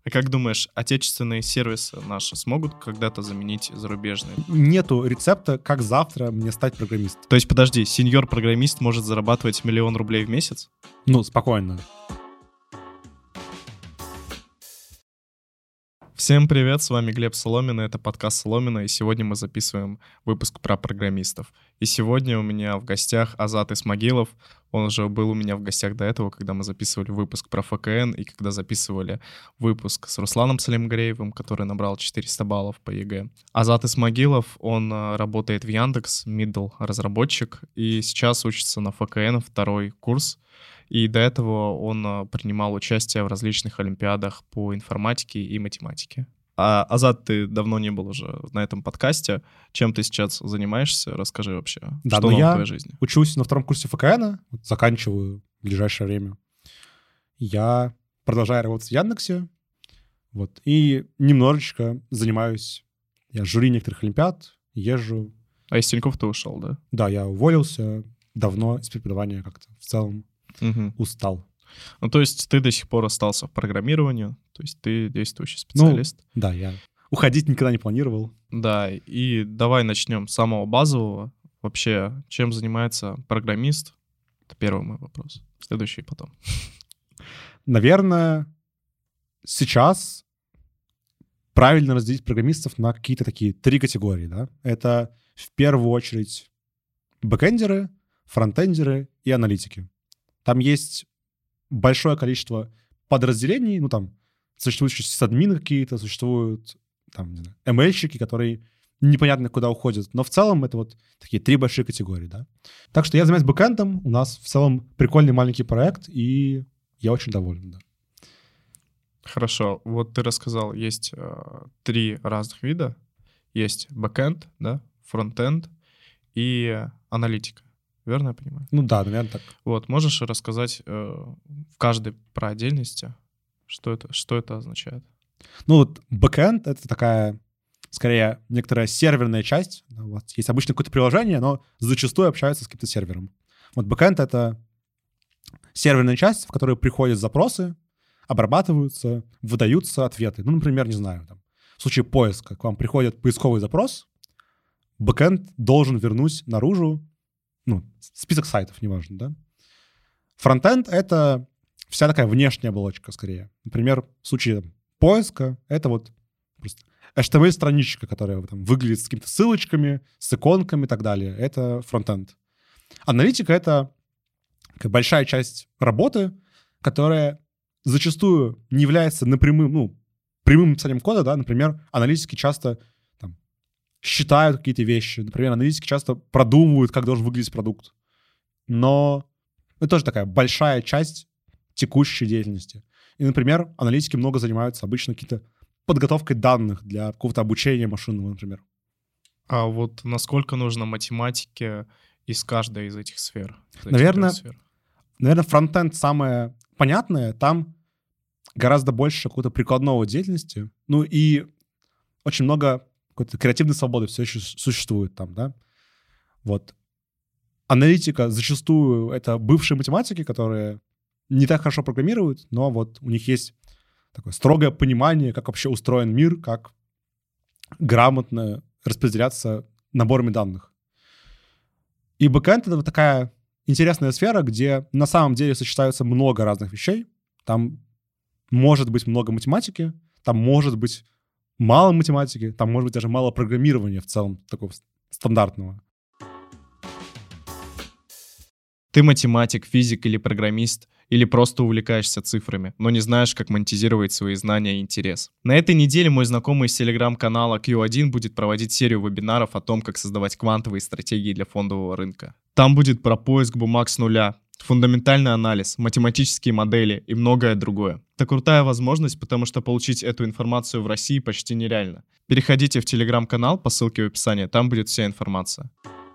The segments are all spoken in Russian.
А как думаешь, отечественные сервисы наши смогут когда-то заменить зарубежные? Нету рецепта, как завтра мне стать программистом. То есть, подожди, сеньор-программист может зарабатывать 1 000 000 рублей в месяц? Ну, спокойно. Всем привет, с вами Глеб Соломин, это подкаст Соломина, и сегодня мы записываем выпуск про программистов. И сегодня у меня в гостях Азат Исмагилов, он уже был у меня в гостях до этого, когда мы записывали выпуск про ФКН, и когда записывали выпуск с Русланом Салимгреевым, который набрал 400 баллов по ЕГЭ. Азат Исмагилов, он работает в Яндекс, middle разработчик, и сейчас учится на ФКН, второй курс. И до этого он принимал участие в различных олимпиадах по информатике и математике. Азат, ты давно не был уже на этом подкасте. Чем ты сейчас занимаешься? Расскажи вообще, да, что нового в твоей жизни? Учусь на втором курсе ФКН, заканчиваю в ближайшее время. Я продолжаю работать в Яндексе, и немножечко занимаюсь. Я жюри некоторых олимпиад, езжу. А из Тинькофф ты ушел, да? Да, я уволился давно из преподавания как-то в целом. Устал. Ну, то есть ты до сих пор остался в программировании, то есть ты действующий специалист. Ну, да, я уходить никогда не планировал. Да, и давай начнем с самого базового. Вообще, чем занимается программист? Это первый мой вопрос. Следующий потом. Наверное, сейчас правильно разделить программистов на какие-то такие 3 категории, да? Это в первую очередь бэкэндеры, фронтендеры и аналитики. Там есть большое количество подразделений, существуют еще сисадмины какие-то, существуют ML-щики, которые непонятно куда уходят. Но в целом это такие 3 большие категории, да. Так что я занимаюсь бэкэндом, у нас в целом прикольный маленький проект, и я очень доволен, да. Хорошо, ты рассказал, есть 3 разных вида. Есть бэкэнд, да, фронтенд и аналитика. Верно я понимаю? Ну да, наверное, так. Можешь рассказать в каждой про отдельности, что это означает? Бэкэнд — это такая, скорее, некоторая серверная часть. Есть обычно какое-то приложение, но зачастую общаются с каким-то сервером. Бэкэнд — это серверная часть, в которой приходят запросы, обрабатываются, выдаются ответы. Например, не знаю, в случае поиска к вам приходит поисковый запрос, бэкэнд должен вернуть наружу список сайтов, неважно, да. Фронтенд — это вся такая внешняя оболочка, скорее. Например, в случае поиска это просто HTML-страничка, которая выглядит с какими-то ссылочками, с иконками и так далее. Это фронтенд. Аналитика — это большая часть работы, которая зачастую не является прямым написанием кода, да. Например, аналитики часто считают какие-то вещи. Например, аналитики часто продумывают, как должен выглядеть продукт. Но это тоже такая большая часть текущей деятельности. И, например, аналитики много занимаются обычно какой-то подготовкой данных для какого-то обучения машинного, например. А насколько нужно математики из каждой из этих сфер? Наверное, фронтенд самое понятное. Там гораздо больше какой-то прикладного деятельности. И очень много какой-то креативной свободы все еще существует там, да. Аналитика зачастую — это бывшие математики, которые не так хорошо программируют, но у них есть такое строгое понимание, как вообще устроен мир, как грамотно распределяться наборами данных. И бэкэнд — это такая интересная сфера, где на самом деле сочетаются много разных вещей. Там может быть много математики, там может быть мало математики, там может быть даже мало программирования в целом такого стандартного. Ты математик, физик или программист, или просто увлекаешься цифрами, но не знаешь, как монетизировать свои знания и интерес. На этой неделе мой знакомый из телеграм-канала Q1 будет проводить серию вебинаров о том, как создавать квантовые стратегии для фондового рынка. Там будет про поиск бумаг с нуля, фундаментальный анализ, математические модели и многое другое. Это крутая возможность, потому что получить эту информацию в России почти нереально. Переходите в телеграм-канал по ссылке в описании, там будет вся информация.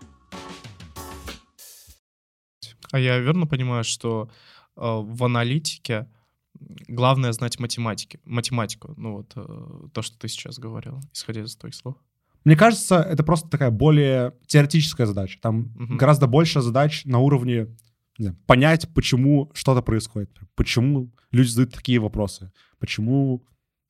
А я верно понимаю, что в аналитике главное знать математику? То, что ты сейчас говорил, исходя из твоих слов. Мне кажется, это просто такая более теоретическая задача. Там гораздо больше задач на уровне понять, почему что-то происходит, почему люди задают такие вопросы, почему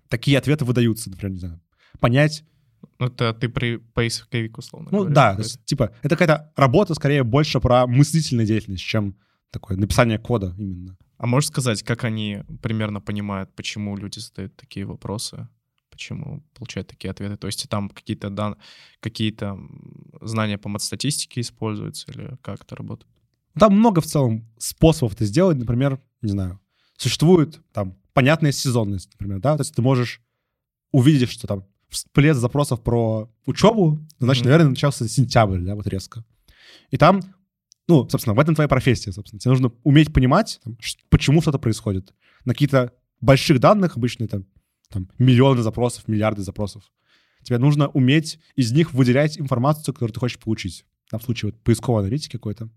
такие ответы выдаются, например, не знаю, понять. Это ты поисковик, условно Ну говоря. да, то есть, типа, это какая-то работа скорее больше про мыслительную деятельность, чем такое написание кода именно. А можешь сказать, как они примерно понимают, почему люди задают такие вопросы, почему получают такие ответы? То есть там какие-то знания по матстатистике используются или как это работает? Там много в целом способов это сделать. Например, не знаю, существует там понятная сезонность, например, да, то есть ты можешь увидеть, что там всплеск запросов про учебу, значит, наверное, начался сентябрь, да, вот резко. И там, ну, собственно, в этом твоя профессия, собственно. Тебе нужно уметь понимать, там, почему что-то происходит. На каких-то больших данных, обычно это там, миллионы запросов, миллиарды запросов. Тебе нужно уметь из них выделять информацию, которую ты хочешь получить. Там, в случае вот поисковой аналитики какой-то.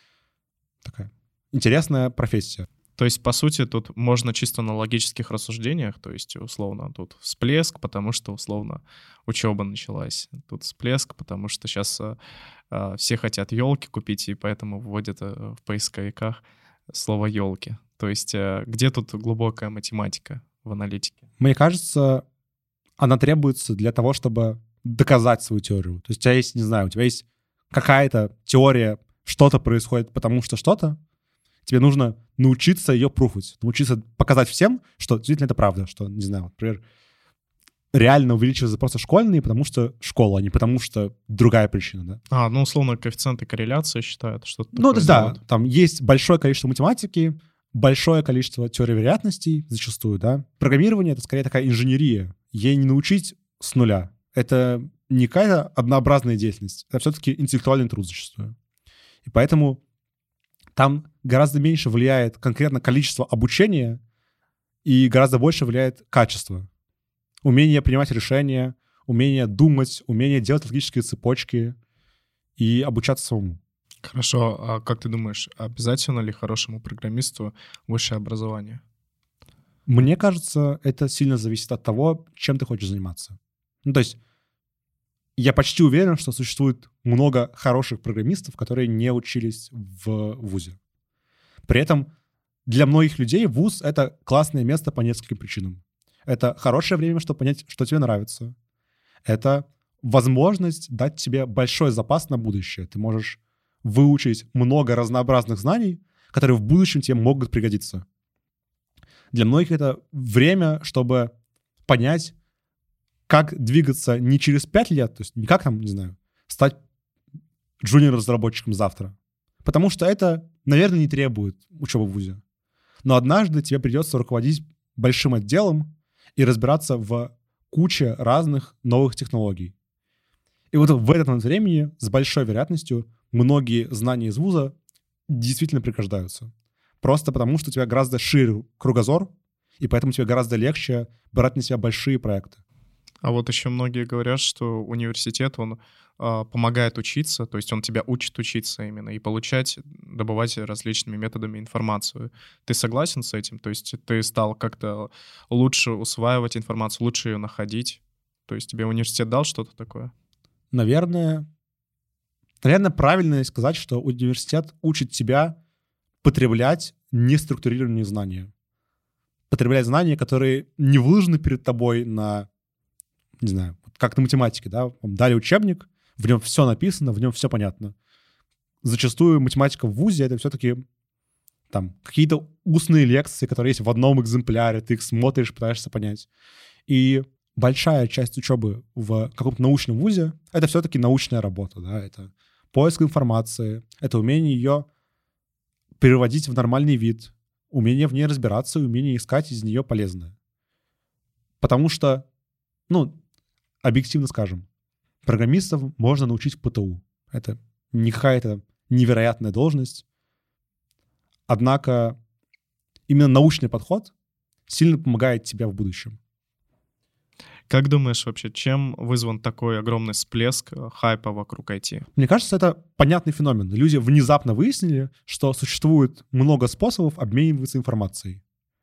Такая интересная профессия. То есть, по сути, тут можно чисто на логических рассуждениях, то есть, условно, тут всплеск, потому что, условно, учеба началась. Тут всплеск, потому что сейчас все хотят елки купить, и поэтому вводят в поисковиках слово елки. То есть, где тут глубокая математика в аналитике? Мне кажется, она требуется для того, чтобы доказать свою теорию. То есть у тебя есть, не знаю, у тебя есть какая-то теория, что-то происходит, потому что что-то, тебе нужно научиться ее пруфать, научиться показать всем, что действительно это правда, что, не знаю, например, реально увеличивать запросы школьные, потому что школа, а не потому что другая причина, да? Ну, условно, коэффициенты корреляции считают, что-то Ну, то такое есть, да, делают. там есть большое количество математики, большое количество теорий вероятностей зачастую, да. Программирование — это скорее такая инженерия. Ей не научить с нуля. Это не какая-то однообразная деятельность. Это все-таки интеллектуальный труд зачастую. И поэтому там гораздо меньше влияет конкретно количество обучения и гораздо больше влияет качество. Умение принимать решения, умение думать, умение делать логические цепочки и обучаться самому. Хорошо, а как ты думаешь, обязательно ли хорошему программисту высшее образование? Мне кажется, это сильно зависит от того, чем ты хочешь заниматься. Ну, то есть я почти уверен, что существует много хороших программистов, которые не учились в вузе. При этом для многих людей вуз — это классное место по нескольким причинам. Это хорошее время, чтобы понять, что тебе нравится. Это возможность дать тебе большой запас на будущее. Ты можешь выучить много разнообразных знаний, которые в будущем тебе могут пригодиться. Для многих это время, чтобы понять, как двигаться не через 5 лет, то есть не как там, не знаю, стать джуниор-разработчиком завтра. Потому что это, наверное, не требует учебы в вузе. Но однажды тебе придется руководить большим отделом и разбираться в куче разных новых технологий. И вот в этот момент времени с большой вероятностью многие знания из вуза действительно пригождаются. Просто потому, что у тебя гораздо шире кругозор, и поэтому тебе гораздо легче брать на себя большие проекты. А вот еще многие говорят, что университет, он помогает учиться, то есть он тебя учит учиться именно и добывать различными методами информацию. Ты согласен с этим? То есть ты стал как-то лучше усваивать информацию, лучше ее находить? То есть тебе университет дал что-то такое? Наверное, правильно сказать, что университет учит тебя потреблять неструктурированные знания. Потреблять знания, которые не выложены перед тобой на, не знаю, как на математике, да, вам дали учебник, в нем все написано, в нем все понятно. Зачастую математика в вузе — это все-таки там какие-то устные лекции, которые есть в одном экземпляре, ты их смотришь, пытаешься понять. И большая часть учебы в каком-то научном вузе — это все-таки научная работа, да, это поиск информации, это умение ее переводить в нормальный вид, умение в ней разбираться, умение искать из нее полезное. Потому что, объективно скажем, программистов можно научить в ПТУ. Это не какая-то невероятная должность. Однако именно научный подход сильно помогает тебе в будущем. Как думаешь вообще, чем вызван такой огромный всплеск хайпа вокруг IT? Мне кажется, это понятный феномен. Люди внезапно выяснили, что существует много способов обмениваться информацией.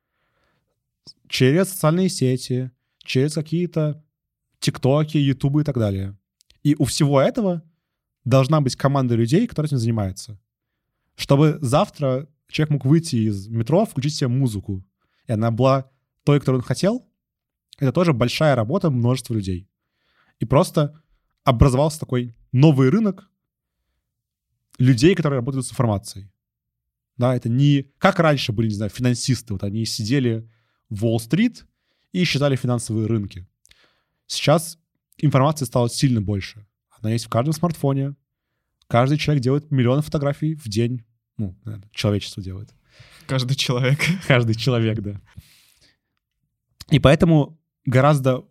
Через социальные сети, через какие-то ТикТоки, Ютубы и так далее. И у всего этого должна быть команда людей, которые этим занимаются. Чтобы завтра человек мог выйти из метро, включить себе музыку, и она была той, которую он хотел, это тоже большая работа множества людей. И просто образовался такой новый рынок людей, которые работают с информацией. Да, это не как раньше были, не знаю, финансисты. Вот они сидели в Уолл-стрит и считали финансовые рынки. Сейчас информации стало сильно больше. Она есть в каждом смартфоне. Каждый человек делает миллионы фотографий в день. Ну, наверное, человечество делает. Каждый человек. Каждый человек, да. И поэтому гораздо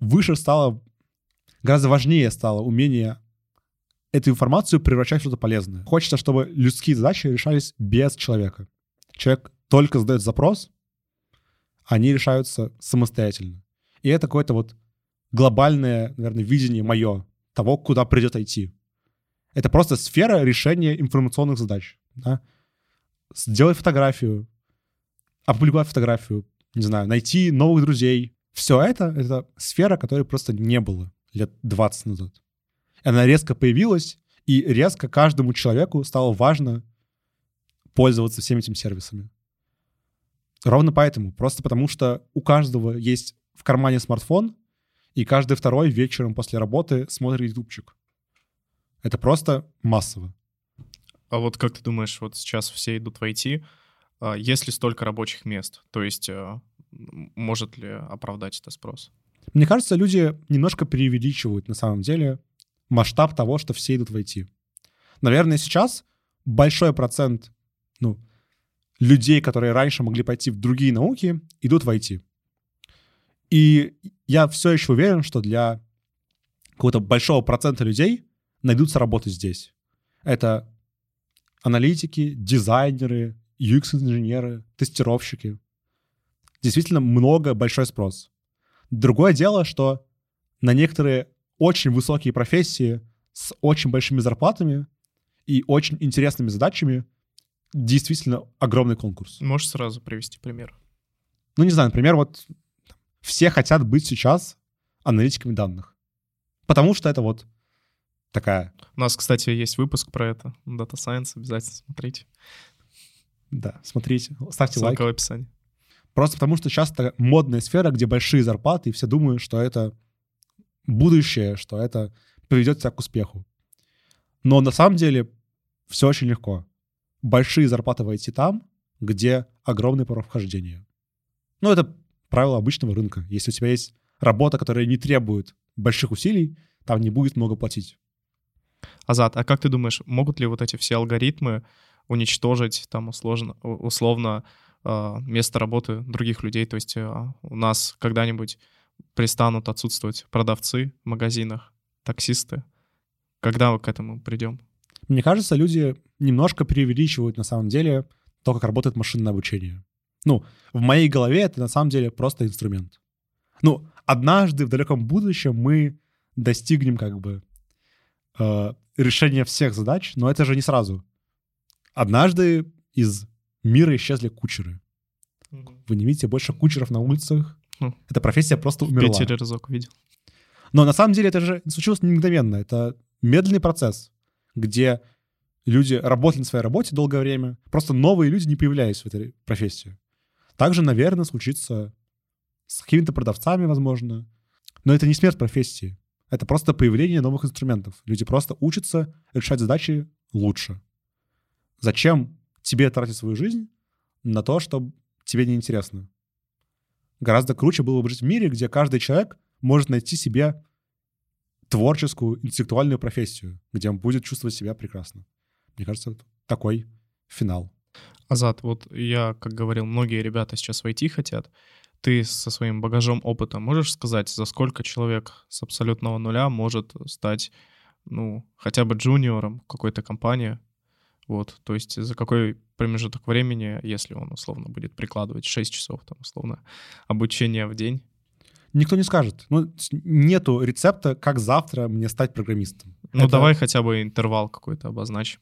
важнее стало умение эту информацию превращать в что-то полезное. Хочется, чтобы людские задачи решались без человека. Человек только задает запрос, они решаются самостоятельно. И это какое-то вот глобальное, наверное, видение мое того, куда придет IT. Это просто сфера решения информационных задач. Да? Сделать фотографию, опубликовать фотографию, не знаю, найти новых друзей. Все это сфера, которой просто не было лет 20 назад. Она резко появилась, и резко каждому человеку стало важно пользоваться всеми этими сервисами. Ровно поэтому. Просто потому, что у каждого есть в кармане смартфон, и каждый второй вечером после работы смотрит ютубчик. Это просто массово. А вот как ты думаешь, вот сейчас все идут в IT, есть ли столько рабочих мест? То есть может ли оправдать это спрос? Мне кажется, люди немножко преувеличивают на самом деле масштаб того, что все идут в IT. Наверное, сейчас большой процент людей, которые раньше могли пойти в другие науки, идут в IT. И я все еще уверен, что для какого-то большого процента людей найдутся работы здесь. Это аналитики, дизайнеры, UX-инженеры, тестировщики. Действительно большой спрос. Другое дело, что на некоторые очень высокие профессии с очень большими зарплатами и очень интересными задачами действительно огромный конкурс. Можешь сразу привести пример? Ну, не знаю, например, вот все хотят быть сейчас аналитиками данных. Потому что это вот такая... У нас, кстати, есть выпуск про это. Data Science, обязательно смотрите. Да, смотрите, ставьте лайк. Ссылка в описании. Просто потому что сейчас это модная сфера, где большие зарплаты, и все думают, что это будущее, что это приведет тебя к успеху. Но на самом деле все очень легко. Большие зарплаты в IT там, где огромный порог вхождения. Ну, это правило обычного рынка. Если у тебя есть работа, которая не требует больших усилий, там не будет много платить. Азат, а как ты думаешь, могут ли вот эти все алгоритмы уничтожить там условно место работы других людей? То есть у нас когда-нибудь перестанут отсутствовать продавцы в магазинах, таксисты? Когда мы к этому придем? Мне кажется, люди немножко преувеличивают на самом деле то, как работает машинное обучение. Ну, в моей голове это на самом деле просто инструмент. Ну, однажды в далеком будущем мы достигнем как бы решения всех задач, но это же не сразу. Однажды из мира исчезли кучеры. Вы не видите больше кучеров на улицах. Эта профессия просто умерла. В Питере разок видел. Но на самом деле это же случилось не мгновенно. Это медленный процесс, где люди работали на своей работе долгое время, просто новые люди не появлялись в этой профессии. Также, наверное, случится с какими-то продавцами, возможно. Но это не смерть профессии. Это просто появление новых инструментов. Люди просто учатся решать задачи лучше. Зачем тебе тратить свою жизнь на то, что тебе неинтересно? Гораздо круче было бы жить в мире, где каждый человек может найти себе творческую, интеллектуальную профессию, где он будет чувствовать себя прекрасно. Мне кажется, это такой финал. Азат, вот я, как говорил, многие ребята сейчас в IT хотят. Ты со своим багажом опыта можешь сказать, за сколько человек с абсолютного нуля может стать, хотя бы джуниором какой-то компании? Вот, то есть за какой промежуток времени, если он условно будет прикладывать 6 часов, там, условно, обучения в день? Никто не скажет. Нету рецепта, как завтра мне стать программистом. Давай хотя бы интервал какой-то обозначим.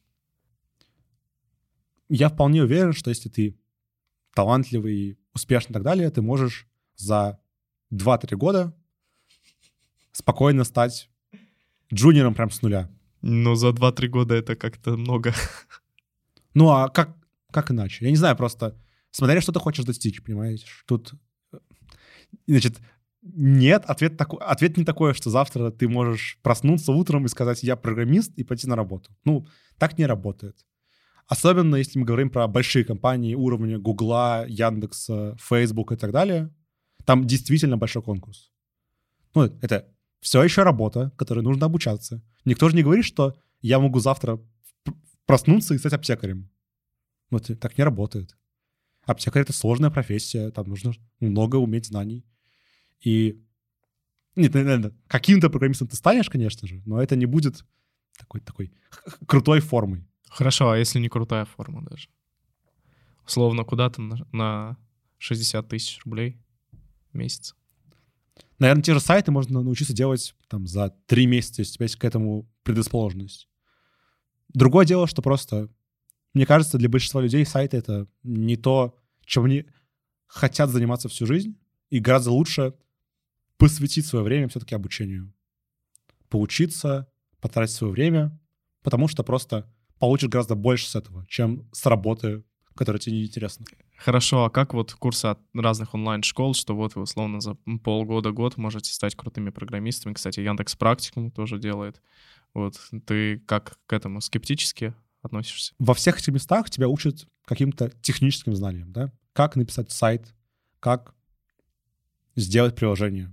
Я вполне уверен, что если ты талантливый, успешный и так далее, ты можешь за 2-3 года спокойно стать джуниором прям с нуля. За 2-3 года это как-то много. А как иначе? Я не знаю, просто смотря, что ты хочешь достичь, понимаете? Тут, значит, Нет, ответ не такой, что завтра ты можешь проснуться утром и сказать, я программист, и пойти на работу. Ну, так не работает. Особенно, если мы говорим про большие компании уровня Гугла, Яндекса, Facebook и так далее. Там действительно большой конкурс. Ну, это все еще работа, которой нужно обучаться. Никто же не говорит, что я могу завтра проснуться и стать аптекарем. Вот так не работает. Аптекарь — это сложная профессия, там нужно много уметь знаний. И нет, каким-то программистом ты станешь, конечно же, но это не будет такой крутой формой. Хорошо, а если не крутая форма даже? Условно, куда-то на 60 тысяч рублей в месяц. Наверное, те же сайты можно научиться делать там за 3 месяца, если у тебя есть к этому предрасположенность. Другое дело, что просто, мне кажется, для большинства людей сайты — это не то, чем они хотят заниматься всю жизнь, и гораздо лучше посвятить свое время все-таки обучению. Поучиться, потратить свое время, потому что просто получишь гораздо больше с этого, чем с работы, которая тебе неинтересна. Хорошо, а как вот курсы от разных онлайн-школ, что вот вы условно за полгода-год можете стать крутыми программистами? Кстати, Яндекс.Практикум тоже делает. Вот ты как к этому скептически относишься? Во всех этих местах тебя учат каким-то техническим знаниям, да? Как написать сайт, как сделать приложение.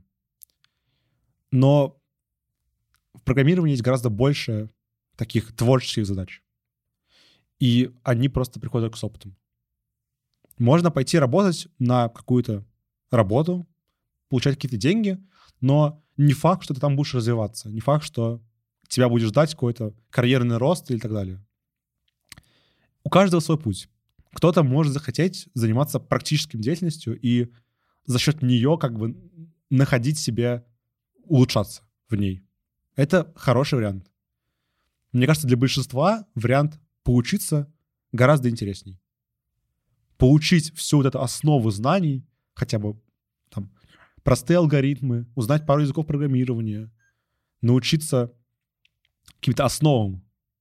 Но в программировании есть гораздо больше таких творческих задач. И они просто приходят к с опытом. Можно пойти работать на какую-то работу, получать какие-то деньги, но не факт, что ты там будешь развиваться. Не факт, что тебя будет ждать какой-то карьерный рост или так далее. У каждого свой путь. Кто-то может захотеть заниматься практической деятельностью и за счет нее как бы находить себе, улучшаться в ней. Это хороший вариант. Мне кажется, для большинства вариант поучиться гораздо интересней. Получить всю вот эту основу знаний, хотя бы там простые алгоритмы, узнать пару языков программирования, научиться каким-то основам.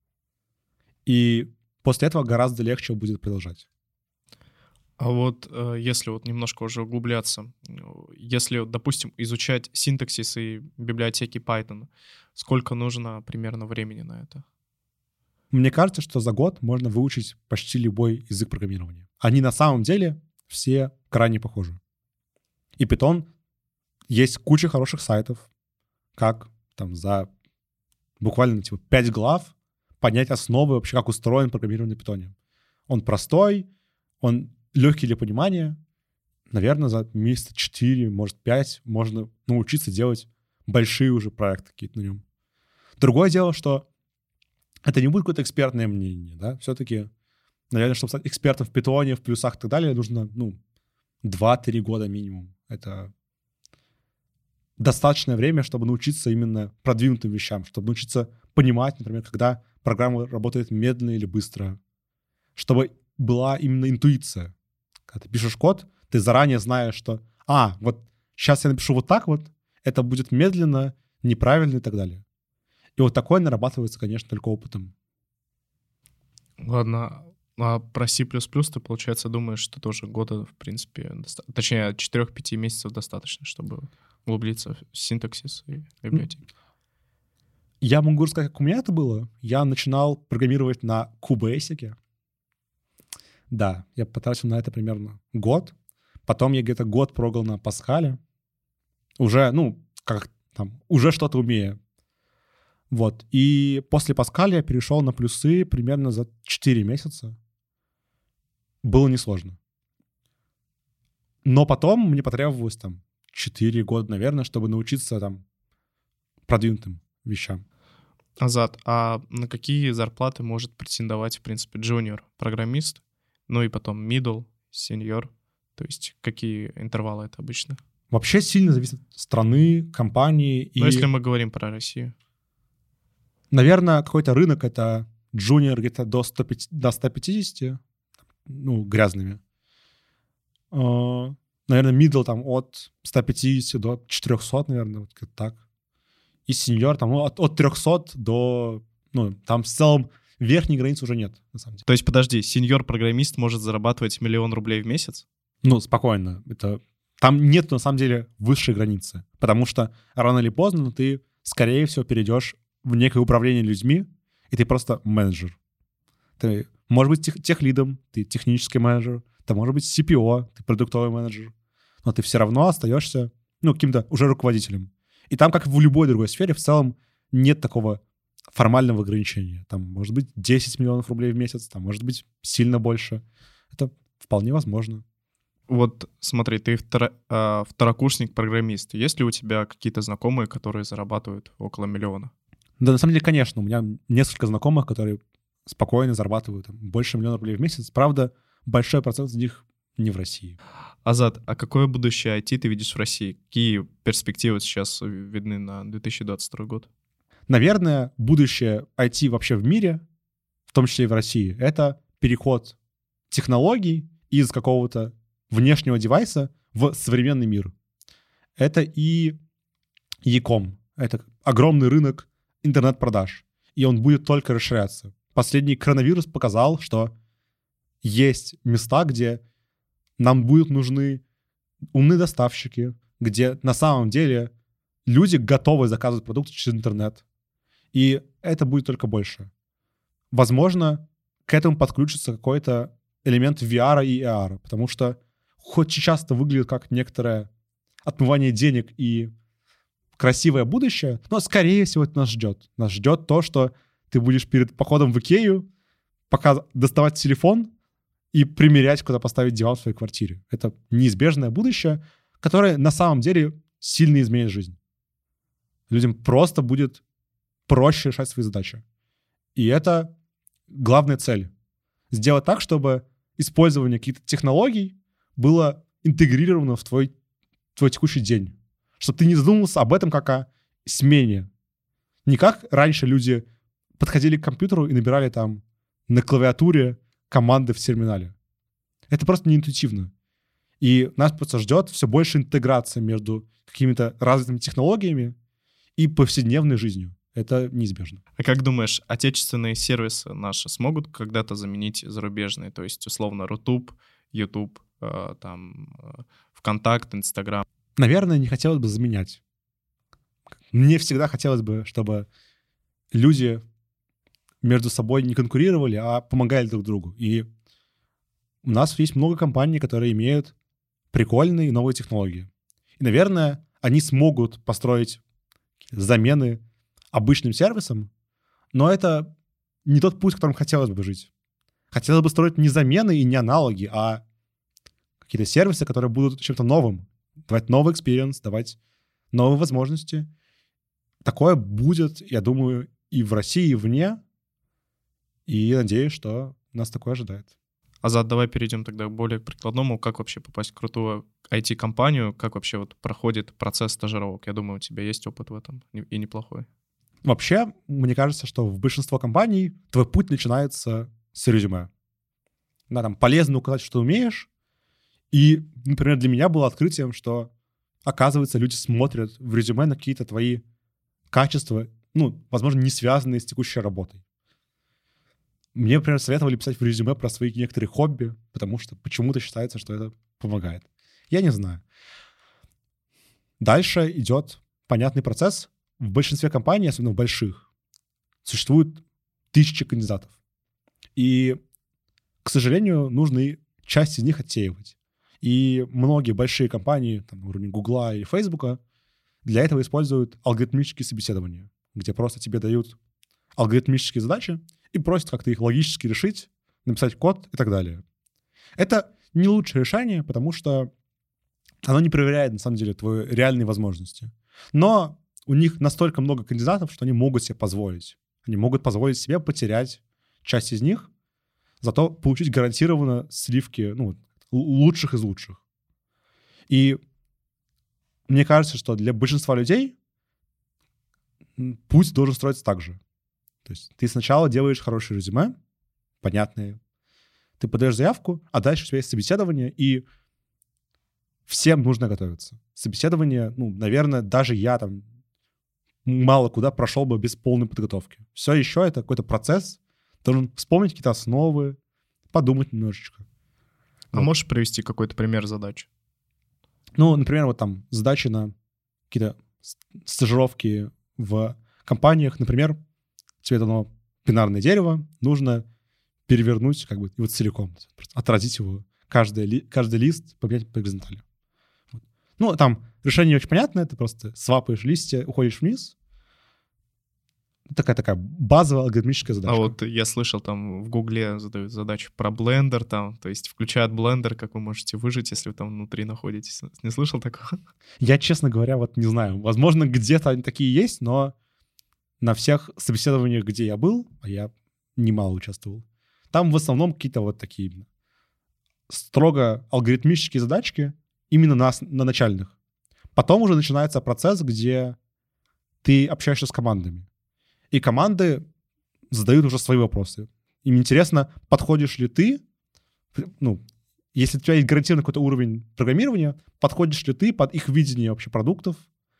И после этого гораздо легче будет продолжать. А вот если вот немножко уже углубляться, если, допустим, изучать синтаксис и библиотеки Python, сколько нужно примерно времени на это? Мне кажется, что за год можно выучить почти любой язык программирования. Они на самом деле все крайне похожи. И Python есть куча хороших сайтов, как там за буквально типа 5 глав понять основы вообще, как устроен программирование на Python. Он простой, он легкий для понимания. Наверное, за месяца 4, может 5 можно научиться делать большие уже проекты какие-то на нем. Другое дело, что это не будет какое-то экспертное мнение, да? Все-таки, наверное, чтобы стать экспертом в Python, в плюсах и так далее, нужно, 2-3 года минимум. Это достаточное время, чтобы научиться именно продвинутым вещам, чтобы научиться понимать, например, когда программа работает медленно или быстро, чтобы была именно интуиция. Когда ты пишешь код, ты заранее знаешь, что вот сейчас я напишу вот так вот, это будет медленно, неправильно и так далее. И вот такое нарабатывается, конечно, только опытом. Ладно, а про C++ ты, получается, думаешь, что тоже года, в принципе, точнее, 4-5 месяцев достаточно, чтобы углубиться в синтаксис и библиотеки? Я могу рассказать, как у меня это было. Я начинал программировать на QBasic. Да, я потратил на это примерно год. Потом я где-то год прогал на Паскале. Уже, уже что-то умею. Вот. И после Паскаля я перешел на плюсы примерно за 4 месяца. Было несложно. Но потом мне потребовалось 4 года, наверное, чтобы научиться продвинутым вещам. Азат, а на какие зарплаты может претендовать, в принципе, junior-программист, и потом middle, senior? То есть какие интервалы это обычно? Вообще сильно зависит от страны, компании. Если мы говорим про Россию. Наверное, какой-то рынок — это junior где-то до 150, грязными. Наверное, middle от 150 до 400, наверное, вот как-то так. И сеньор от 300 до... там в целом верхней границы уже нет, на самом деле. То есть, подожди, сеньор-программист может зарабатывать 1 000 000 рублей в месяц? Спокойно. Это Там нет, на самом деле, высшей границы, потому что рано или поздно ты, скорее всего, перейдешь в некое управление людьми, и ты просто менеджер. Ты можешь быть техлидом, ты технический менеджер, ты можешь быть CPO, ты продуктовый менеджер, но ты все равно остаешься, каким-то уже руководителем. И там, как и в любой другой сфере, в целом нет такого формального ограничения. Там может быть 10 миллионов рублей в месяц, там может быть сильно больше. Это вполне возможно. Вот смотри, ты второкурсник-программист. Есть ли у тебя какие-то знакомые, которые зарабатывают около 1 миллиона? Да, на самом деле, конечно. У меня несколько знакомых, которые спокойно зарабатывают больше 1 миллиона рублей в месяц. Правда, большой процент из них не в России. Азат, а какое будущее IT ты видишь в России? Какие перспективы сейчас видны на 2022 год? Наверное, будущее IT вообще в мире, в том числе и в России, это переход технологий из какого-то внешнего девайса в современный мир. Это и e-com. Это огромный рынок интернет-продаж. И он будет только расширяться. Последний коронавирус показал, что есть места, где нам будут нужны умные доставщики, где на самом деле люди готовы заказывать продукты через интернет. И это будет только больше. Возможно, к этому подключится какой-то элемент VR и AR, потому что хоть часто выглядит как некоторое отмывание денег и красивое будущее, но, скорее всего, это нас ждет. Нас ждет то, что ты будешь перед походом в Икею пока доставать телефон и примерять, куда поставить диван в своей квартире. Это неизбежное будущее, которое на самом деле сильно изменит жизнь. Людям просто будет проще решать свои задачи. И это главная цель. Сделать так, чтобы использование каких-то технологий было интегрировано в твой текущий день. Чтобы ты не задумывался об этом как о смене. Не как раньше люди подходили к компьютеру и набирали там на клавиатуре команды в терминале. Это просто неинтуитивно. И нас просто ждет все больше интеграция между какими-то развитыми технологиями и повседневной жизнью. Это неизбежно. А как думаешь, отечественные сервисы наши смогут когда-то заменить зарубежные? То есть, условно, Рутуб, YouTube, ВКонтакт, Инстаграм? Наверное, не хотелось бы заменять. Мне всегда хотелось бы, чтобы люди между собой не конкурировали, а помогали друг другу. И у нас есть много компаний, которые имеют прикольные новые технологии. И, наверное, они смогут построить замены обычным сервисам, но это не тот путь, которым хотелось бы жить. Хотелось бы строить не замены и не аналоги, а какие-то сервисы, которые будут чем-то новым, давать новый экспириенс, давать новые возможности. Такое будет, я думаю, и в России, и вне. И надеюсь, что нас такое ожидает. Азат, давай перейдем тогда более к прикладному. Как вообще попасть в крутую IT-компанию? Как вообще вот проходит процесс стажировок? Я думаю, у тебя есть опыт в этом, и неплохой. Вообще, мне кажется, что в большинство компаний твой путь начинается с резюме. Да, там полезно указать, что ты умеешь. И, например, для меня было открытием, что, оказывается, люди смотрят в резюме на какие-то твои качества, возможно, не связанные с текущей работой. Мне, например, советовали писать в резюме про свои некоторые хобби, потому что почему-то считается, что это помогает. Я не знаю. Дальше идет понятный процесс. В большинстве компаний, особенно в больших, существует тысячи кандидатов. И, к сожалению, нужно и часть из них отсеивать. И многие большие компании, там, на уровне Гугла или Фейсбука, для этого используют алгоритмические собеседования, где просто тебе дают алгоритмические задачи и просят как-то их логически решить, написать код и так далее. Это не лучшее решение, потому что оно не проверяет, на самом деле, твои реальные возможности. Но у них настолько много кандидатов, что они могут себе позволить. Они могут позволить себе потерять часть из них, зато получить гарантированно сливки лучших из лучших. И мне кажется, что для большинства людей путь должен строиться так же. То есть ты сначала делаешь хорошее резюме, понятное, ты подаешь заявку, а дальше у тебя есть собеседование, и всем нужно готовиться. Собеседование, наверное, даже я там мало куда прошел бы без полной подготовки. Все еще это какой-то процесс, должен вспомнить какие-то основы, подумать немножечко. А можешь привести какой-то пример задач? Ну, например, вот там задачи на какие-то стажировки в компаниях. Например, тебе дано бинарное дерево, нужно перевернуть как бы его целиком, просто отразить его, каждый лист поменять по горизонтали. Вот. Ну, там решение очень понятное, ты просто свапаешь листья, уходишь вниз. Такая базовая алгоритмическая задача. А вот я слышал, там в Гугле задают задачу про блендер, там, то есть включают блендер, как вы можете выжить, если вы там внутри находитесь. Не слышал такого? Я, честно говоря, вот не знаю. Возможно, где-то они такие есть, но на всех собеседованиях, где я был, а я немало участвовал, там в основном какие-то вот такие строго алгоритмические задачки именно на начальных. Потом уже начинается процесс, где ты общаешься с командами. И команды задают уже свои вопросы. Им интересно, подходишь ли ты, ну, если у тебя есть гарантированный какой-то уровень программирования, подходишь ли ты под их видение вообще продуктов,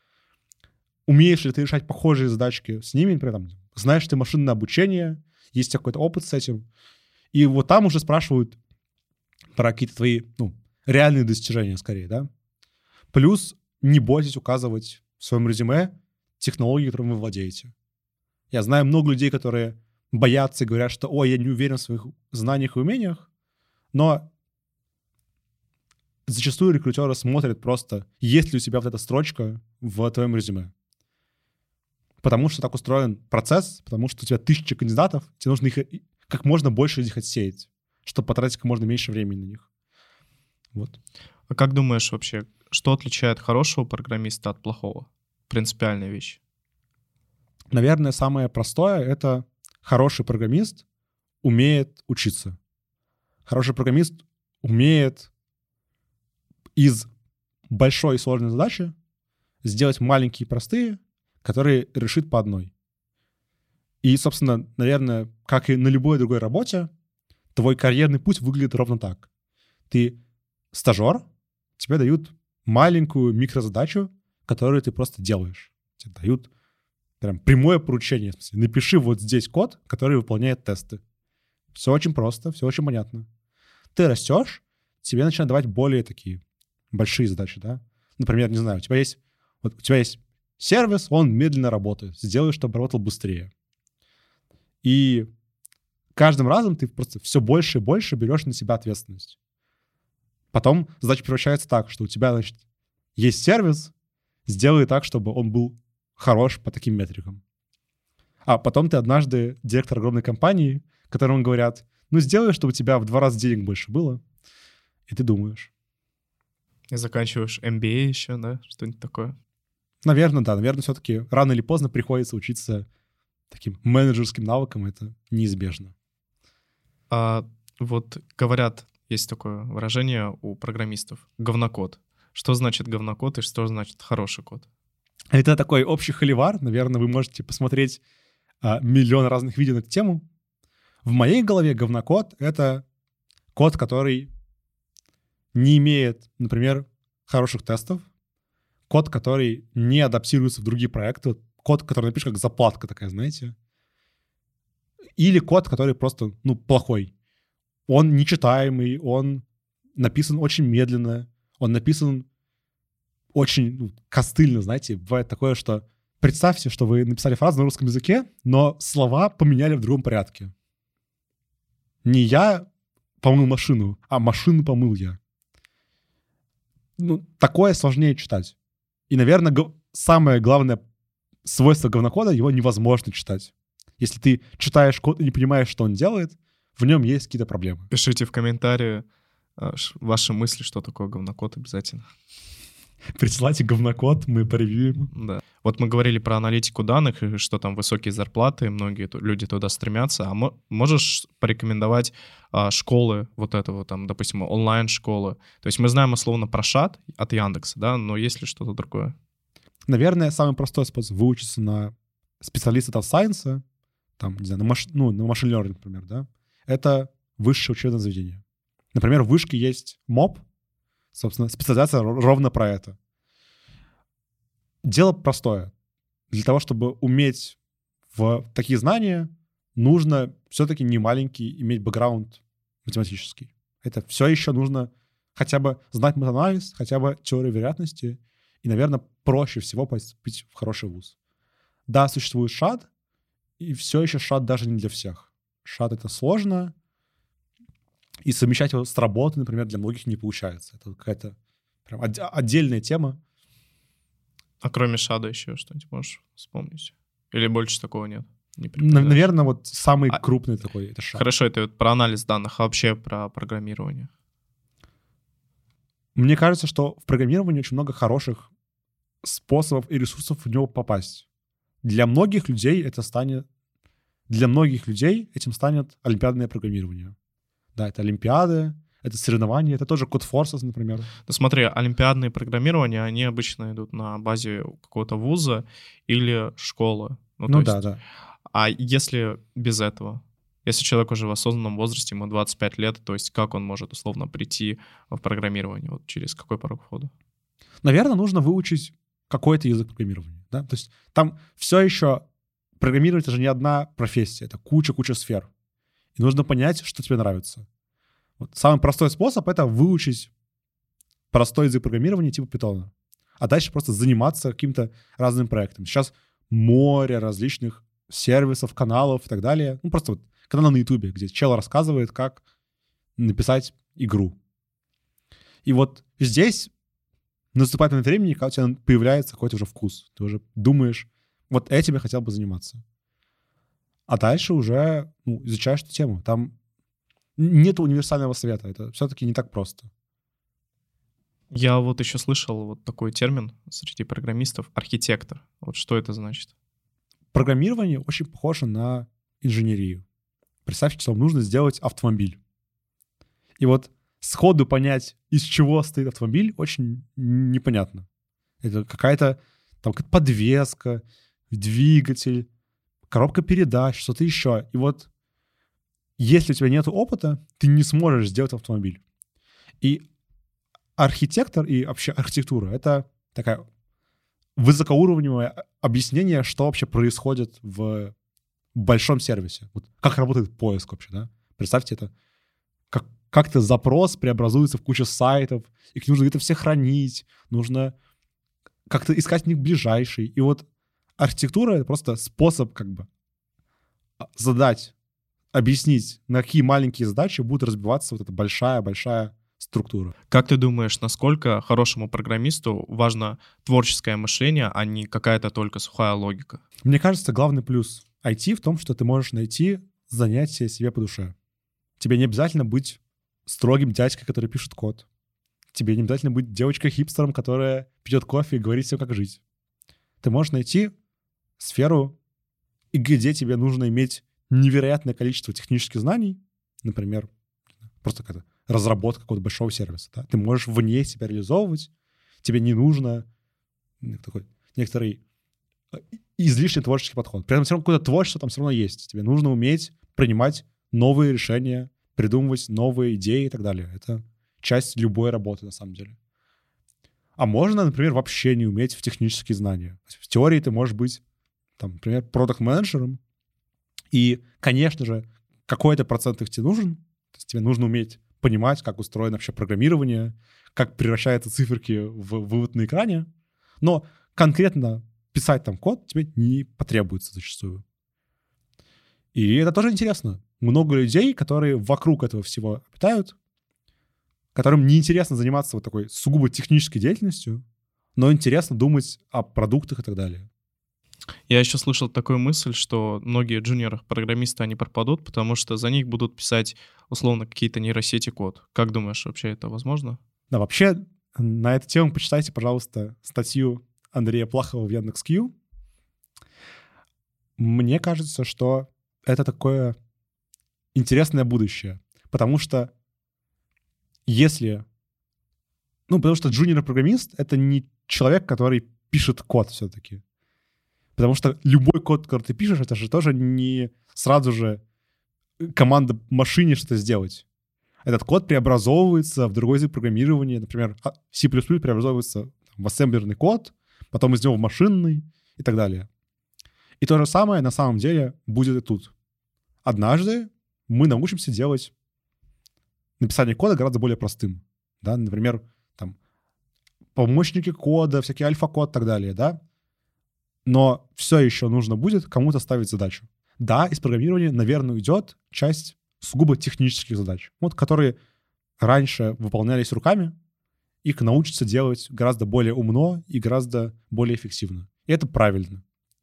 умеешь ли ты решать похожие задачки с ними, например, там, знаешь ты машинное обучение, есть какой-то опыт с этим. И вот там уже спрашивают про какие-то твои, реальные достижения скорее, да. Плюс не бойтесь указывать в своем резюме технологии, которыми вы владеете. Я знаю много людей, которые боятся и говорят, что «Ой, я не уверен в своих знаниях и умениях», но зачастую рекрутеры смотрят просто, есть ли у тебя вот эта строчка в твоем резюме. Потому что так устроен процесс, потому что у тебя 1000 кандидатов, тебе нужно их как можно больше из них отсеять, чтобы потратить как можно меньше времени на них. Вот. А как думаешь вообще, что отличает хорошего программиста от плохого? Принципиальная вещь. Наверное, самое простое — это хороший программист умеет учиться. Хороший программист умеет из большой и сложной задачи сделать маленькие и простые, которые решит по одной. И, собственно, наверное, как и на любой другой работе, твой карьерный путь выглядит ровно так. Ты стажер, тебе дают маленькую микрозадачу, которую ты просто делаешь. Тебе дают прям прямое поручение. В смысле, напиши вот здесь код, который выполняет тесты. Все очень просто, все очень понятно. Ты растешь, тебе начинают давать более такие большие задачи, да? Например, не знаю, у тебя есть сервис, он медленно работает. Сделай, чтобы работал быстрее. И каждым разом ты просто все больше и больше берешь на себя ответственность. Потом задача превращается так, что у тебя, значит, есть сервис, сделай так, чтобы он был хорош по таким метрикам. А потом ты однажды директор огромной компании, которому говорят, сделай, чтобы у тебя в 2 раза денег больше было. И ты думаешь. И заканчиваешь MBA еще, да? Что-нибудь такое? Наверное, да. Наверное, все-таки рано или поздно приходится учиться таким менеджерским навыкам. Это неизбежно. А вот говорят, есть такое выражение у программистов — говнокод. Что значит говнокод и что значит хороший код? Это такой общий холивар. Наверное, вы можете посмотреть миллион разных видео на эту тему. В моей голове говнокод — это код, который не имеет, например, хороших тестов, код, который не адаптируется в другие проекты, код, который напишешь как заплатка такая, знаете, или код, который просто, плохой. Он нечитаемый, он написан очень медленно, он написан очень костыльно, знаете. Бывает такое, что представьте, что вы написали фразу на русском языке, но слова поменяли в другом порядке. Не я помыл машину, а машину помыл я. Такое сложнее читать. И, наверное, самое главное свойство говнокода — его невозможно читать. Если ты читаешь код и не понимаешь, что он делает, в нем есть какие-то проблемы. Пишите в комментарии ваши мысли, что такое говнокод обязательно. Присылайте говнокод, мы поревьюем. Да. Вот мы говорили про аналитику данных, и что там высокие зарплаты, многие люди туда стремятся. А можешь порекомендовать школы вот этого, там, допустим, онлайн-школы? То есть мы знаем условно про ШАТ от Яндекса, да, но есть ли что-то другое? Наверное, самый простой способ выучиться на специалиста Data Science, там, не знаю, на Machine Learning, например, да, это высшее учебное заведение. Например, в вышке есть МОП, собственно, специализация ровно про это. Дело простое. Для того, чтобы уметь в такие знания, нужно все-таки не маленький иметь бэкграунд математический. Это все еще нужно хотя бы знать метаанализ, хотя бы теорию вероятности, и, наверное, проще всего поступить в хороший вуз. Да, существует ШАД, и все еще ШАД даже не для всех. ШАД — это сложно, и совмещать его с работой, например, для многих не получается. Это какая-то прям отдельная тема. А кроме ШАДа еще что-нибудь можешь вспомнить? Или больше такого нет? Наверное, вот самый крупный такой — это ШАД. Хорошо, это вот про анализ данных, а вообще про программирование. Мне кажется, что в программировании очень много хороших способов и ресурсов в него попасть. Для многих людей этим станет олимпиадное программирование. Да, это олимпиады, это соревнования, это тоже Codeforces, например. Ну смотри, олимпиадные программирования, они обычно идут на базе какого-то вуза или школы. Да. А если без этого? Если человек уже в осознанном возрасте, ему 25 лет, то есть как он может условно прийти в программирование? Вот через какой порог входа? Наверное, нужно выучить какой-то язык программирования. Да? То есть там все еще программировать — это же не одна профессия, это куча сфер. И нужно понять, что тебе нравится. Вот самый простой способ — это выучить простой язык программирования типа Python. А дальше просто заниматься каким-то разным проектом. Сейчас море различных сервисов, каналов и так далее. Ну, просто вот канал на Ютубе, где чел рассказывает, как написать игру. И вот здесь наступает момент времени, когда у тебя появляется какой-то уже вкус. Ты уже думаешь, вот этим я хотел бы заниматься. А дальше уже изучаешь эту тему. Там нет универсального совета. Это все-таки не так просто. Я вот еще слышал вот такой термин среди программистов — архитектор. Вот что это значит? Программирование очень похоже на инженерию. Представьте, что вам нужно сделать автомобиль. И вот сходу понять, из чего стоит автомобиль, очень непонятно. Это какая-то там подвеска, двигатель, коробка передач, что-то еще. И вот если у тебя нет опыта, ты не сможешь сделать автомобиль. И архитектор и вообще архитектура — это такая высокоуровневое объяснение, что вообще происходит в большом сервисе. Вот как работает поиск вообще, да? Представьте это. Как-то запрос преобразуется в кучу сайтов, их нужно где-то все хранить, нужно как-то искать в них ближайший. И вот архитектура — это просто способ как бы объяснить, на какие маленькие задачи будет разбиваться вот эта большая-большая структура. Как ты думаешь, насколько хорошему программисту важно творческое мышление, а не какая-то только сухая логика? Мне кажется, главный плюс IT в том, что ты можешь найти занятие себе по душе. Тебе не обязательно быть строгим дядькой, который пишет код. Тебе не обязательно быть девочкой-хипстером, которая пьет кофе и говорит всем, как жить. Ты можешь найти сферу, где тебе нужно иметь невероятное количество технических знаний, например, просто какая-то разработка какого-то большого сервиса. Да? Ты можешь в ней себя реализовывать, тебе не нужно такой некоторый излишний творческий подход. При этом все равно какое-то творчество там все равно есть. Тебе нужно уметь принимать новые решения, придумывать новые идеи и так далее. Это часть любой работы на самом деле. А можно, например, вообще не уметь в технические знания. В теории ты можешь быть, там, например, продакт-менеджером, и, конечно же, какой-то процент их тебе нужен. То есть тебе нужно уметь понимать, как устроено вообще программирование, как превращаются циферки в вывод на экране. Но конкретно писать там код тебе не потребуется зачастую. И это тоже интересно. Много людей, которые вокруг этого всего обитают, которым неинтересно заниматься вот такой сугубо технической деятельностью, но интересно думать о продуктах и так далее. Я еще слышал такую мысль, что многие джуниор-программисты, они пропадут, потому что за них будут писать, условно, какие-то нейросети код. Как думаешь, вообще это возможно? Да, вообще на эту тему почитайте, пожалуйста, статью Андрея Плахова в Яндекс.Кью. Мне кажется, что это такое интересное будущее, потому что потому что джуниор-программист — это не человек, который пишет код все-таки. Потому что любой код, который ты пишешь, это же тоже не сразу же команда машине что-то сделать. Этот код преобразовывается в другой язык программирования. Например, C++ преобразовывается в ассемблерный код, потом из него в машинный и так далее. И то же самое на самом деле будет и тут. Однажды мы научимся делать написание кода гораздо более простым. да, например, там, помощники кода, всякий альфа-код и так далее, да, но все еще нужно будет кому-то ставить задачу. Да, из программирования, наверное, уйдет часть сугубо технических задач, вот, которые раньше выполнялись руками, их научатся делать гораздо более умно и гораздо более эффективно. И это правильно.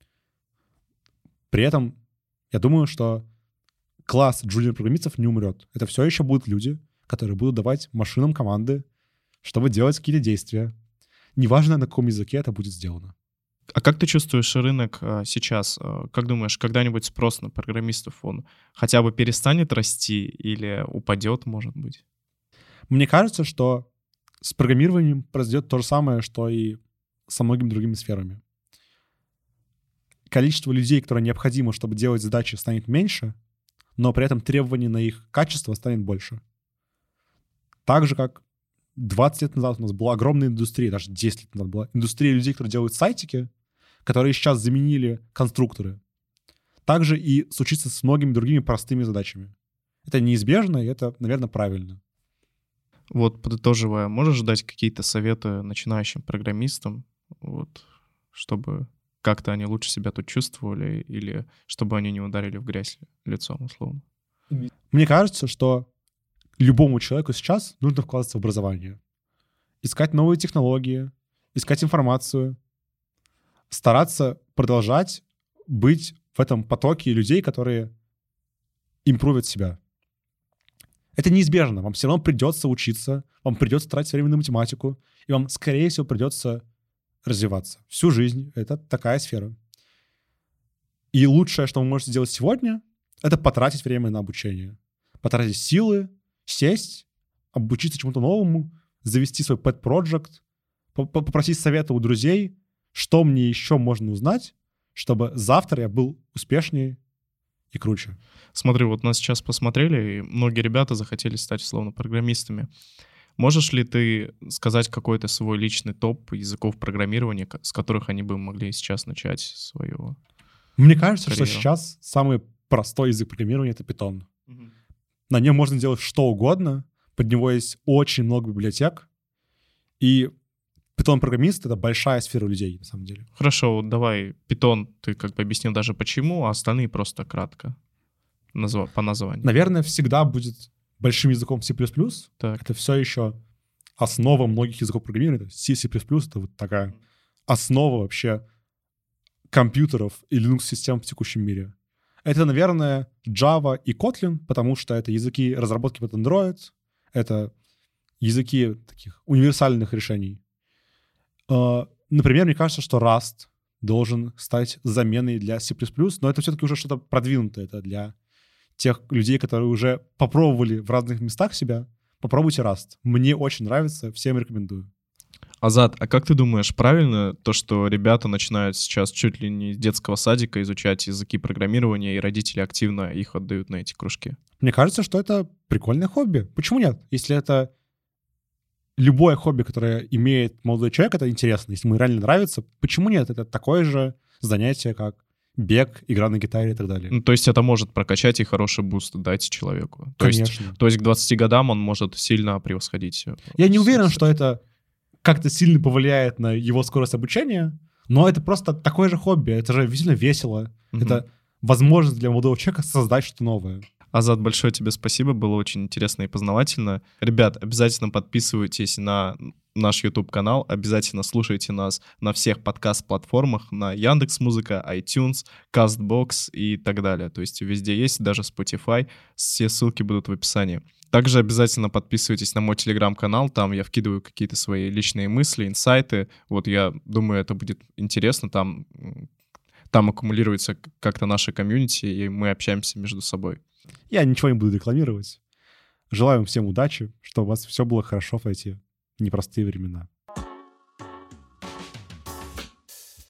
При этом я думаю, что класс джуниор-программистов не умрет. Это все еще будут люди, которые будут давать машинам команды, чтобы делать какие-то действия. Неважно, на каком языке это будет сделано. А как ты чувствуешь рынок сейчас? Как думаешь, когда-нибудь спрос на программистов, он хотя бы перестанет расти или упадет, может быть? Мне кажется, что с программированием произойдет то же самое, что и со многими другими сферами. Количество людей, которые необходимо, чтобы делать задачи, станет меньше, но при этом требований на их качество станет больше. Так же, как 20 лет назад у нас была огромная индустрия, даже 10 лет назад была индустрия людей, которые делают сайтики, которые сейчас заменили конструкторы. Также и случится с многими другими простыми задачами. Это неизбежно, и это, наверное, правильно. Вот, подытоживая, можешь дать какие-то советы начинающим программистам, вот, чтобы как-то они лучше себя тут чувствовали или чтобы они не ударили в грязь лицом, условно? Мне кажется, что любому человеку сейчас нужно вкладываться в образование. Искать новые технологии, искать информацию, стараться продолжать быть в этом потоке людей, которые импровят себя. Это неизбежно. Вам все равно придется учиться, вам придется тратить время на математику, и вам, скорее всего, придется развиваться. Всю жизнь. Это такая сфера. И лучшее, что вы можете сделать сегодня, это потратить время на обучение. Потратить силы, сесть, обучиться чему-то новому, завести свой pet project, попросить совета у друзей, что мне еще можно узнать, чтобы завтра я был успешнее и круче. Смотри, вот нас сейчас посмотрели, и многие ребята захотели стать, условно, программистами. Можешь ли ты сказать какой-то свой личный топ языков программирования, с которых они бы могли сейчас начать свою Мне кажется, карьеру? что сейчас самый простой язык программирования — это Python. На нем можно делать что угодно, под него есть очень много библиотек, и Python-программист — это большая сфера людей, на самом деле. Хорошо, вот давай Python, ты как бы объяснил даже почему, а остальные просто кратко по названию. Наверное, всегда будет большим языком C++. Так. Это все еще основа многих языков программирования. C++ — это вот такая основа вообще компьютеров и Linux-систем в текущем мире. Это, наверное, Java и Kotlin, потому что это языки разработки под Android, это языки таких универсальных решений. Например, мне кажется, что Rust должен стать заменой для C++, но это все-таки уже что-то продвинутое. Это для тех людей, которые уже попробовали в разных местах себя. Попробуйте Rust. Мне очень нравится, всем рекомендую. Азат, а как ты думаешь, правильно то, что ребята начинают сейчас чуть ли не с детского садика изучать языки программирования, и родители активно их отдают на эти кружки? Мне кажется, что это прикольное хобби. Почему нет? Если это любое хобби, которое имеет молодой человек, это интересно. Если ему реально нравится, почему нет? Это такое же занятие, как бег, игра на гитаре и так далее. Ну, то есть это может прокачать и хороший буст дать человеку. Конечно. То есть к 20 годам он может сильно превосходить. Я не уверен, что это как-то сильно повлияет на его скорость обучения, но это просто такое же хобби. Это же действительно весело. Это возможность для молодого человека создать что-то новое. Азат, большое тебе спасибо, было очень интересно и познавательно. Ребят, обязательно подписывайтесь на наш YouTube-канал, обязательно слушайте нас на всех подкаст-платформах, на Яндекс.Музыка, iTunes, CastBox и так далее. То есть везде есть, даже Spotify, все ссылки будут в описании. Также обязательно подписывайтесь на мой Telegram-канал, там я вкидываю какие-то свои личные мысли, инсайты. Вот я думаю, это будет интересно, там аккумулируется как-то наша комьюнити, и мы общаемся между собой. Я ничего не буду рекламировать. Желаю вам всем удачи, чтобы у вас все было хорошо в эти непростые времена.